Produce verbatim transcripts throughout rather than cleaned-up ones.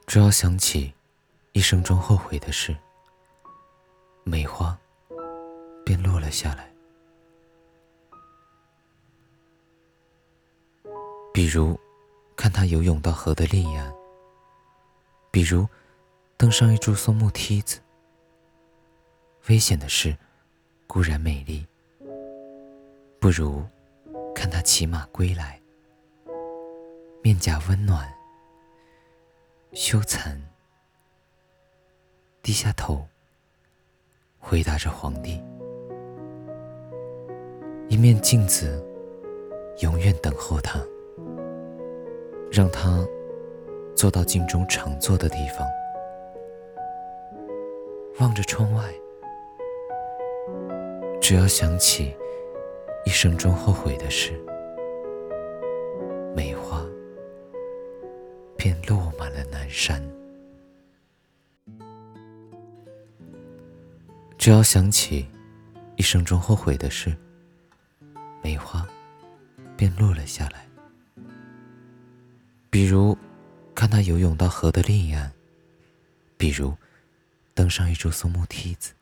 只要想起一生中后悔的事，梅花便落了下来。比如看他游泳到河的另一岸，比如登上一株松木梯子。危险的事固然美丽，不如看他骑马归来，面颊温暖，羞惭，低下头回答着皇帝。一面镜子永远等候他，让他坐到镜中常坐的地方，望着窗外。只要想起一生中后悔的事，梅花便落满了南山。只要想起一生中后悔的事，梅花便落了下来。比如看他游泳到河的另一岸，比如登上一株松木梯子。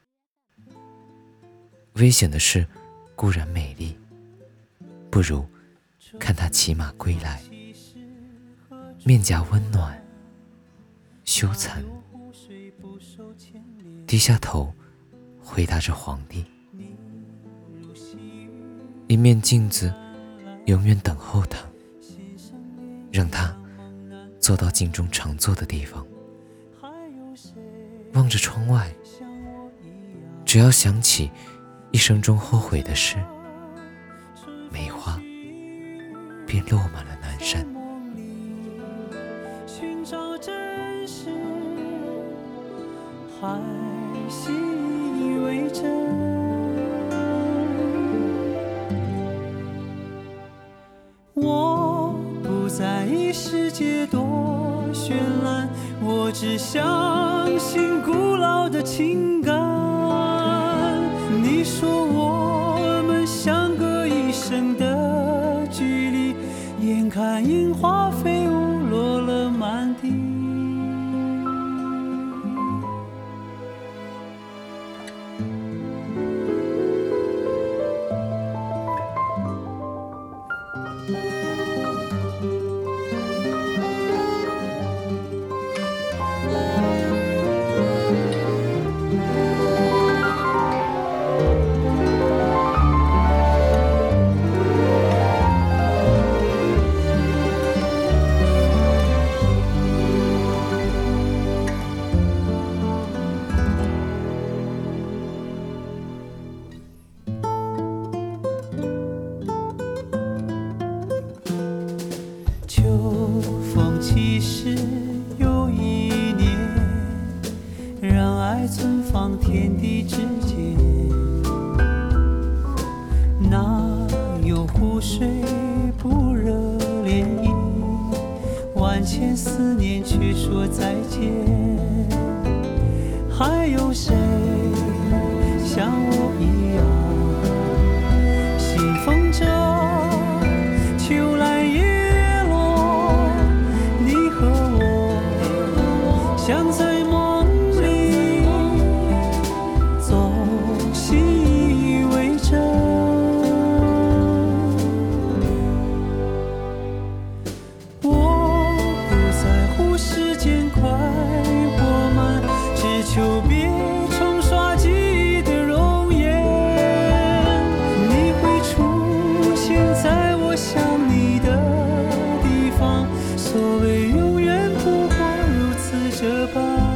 危险的事固然美丽，不如看他骑马归来，面颊温暖，羞惭，低下头回答着皇帝。一面镜子永远等候他，让他坐到镜中常坐的地方，望着窗外。只要想起一生中后悔的事，梅花便落满了南山。 寻找真实，还习以为真。我不在意世界多绚烂，我只相信古老的情感。你说我们相隔一生的距离，眼看樱花飞舞落了满地。秋风起时又一年，让爱存放天地之间。哪有湖水不热涟漪，万千思念却说再见。还有谁像我一样信奉着秋来叶落，你和我像在梦里总习以为真。我不在乎时间快或慢，只求别冲刷记忆的容颜。你会出现在我想你的地方，所谓永远不过如此这般。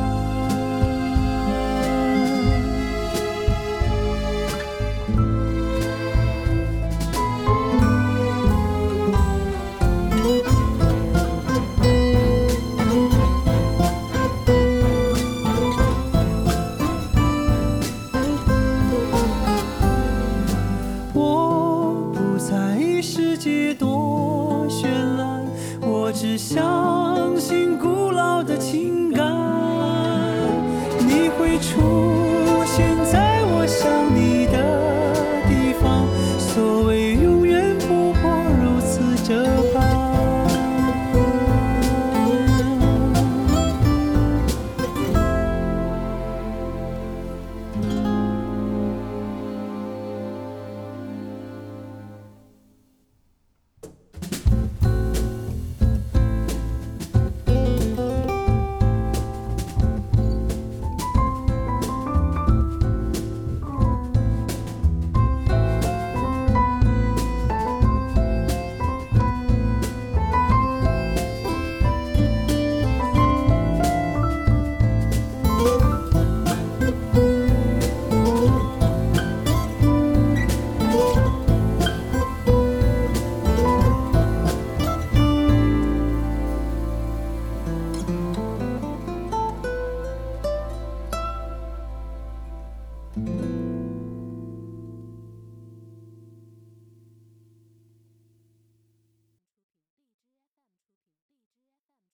我不在意世界多绚烂，我只相信古老的情感。你会出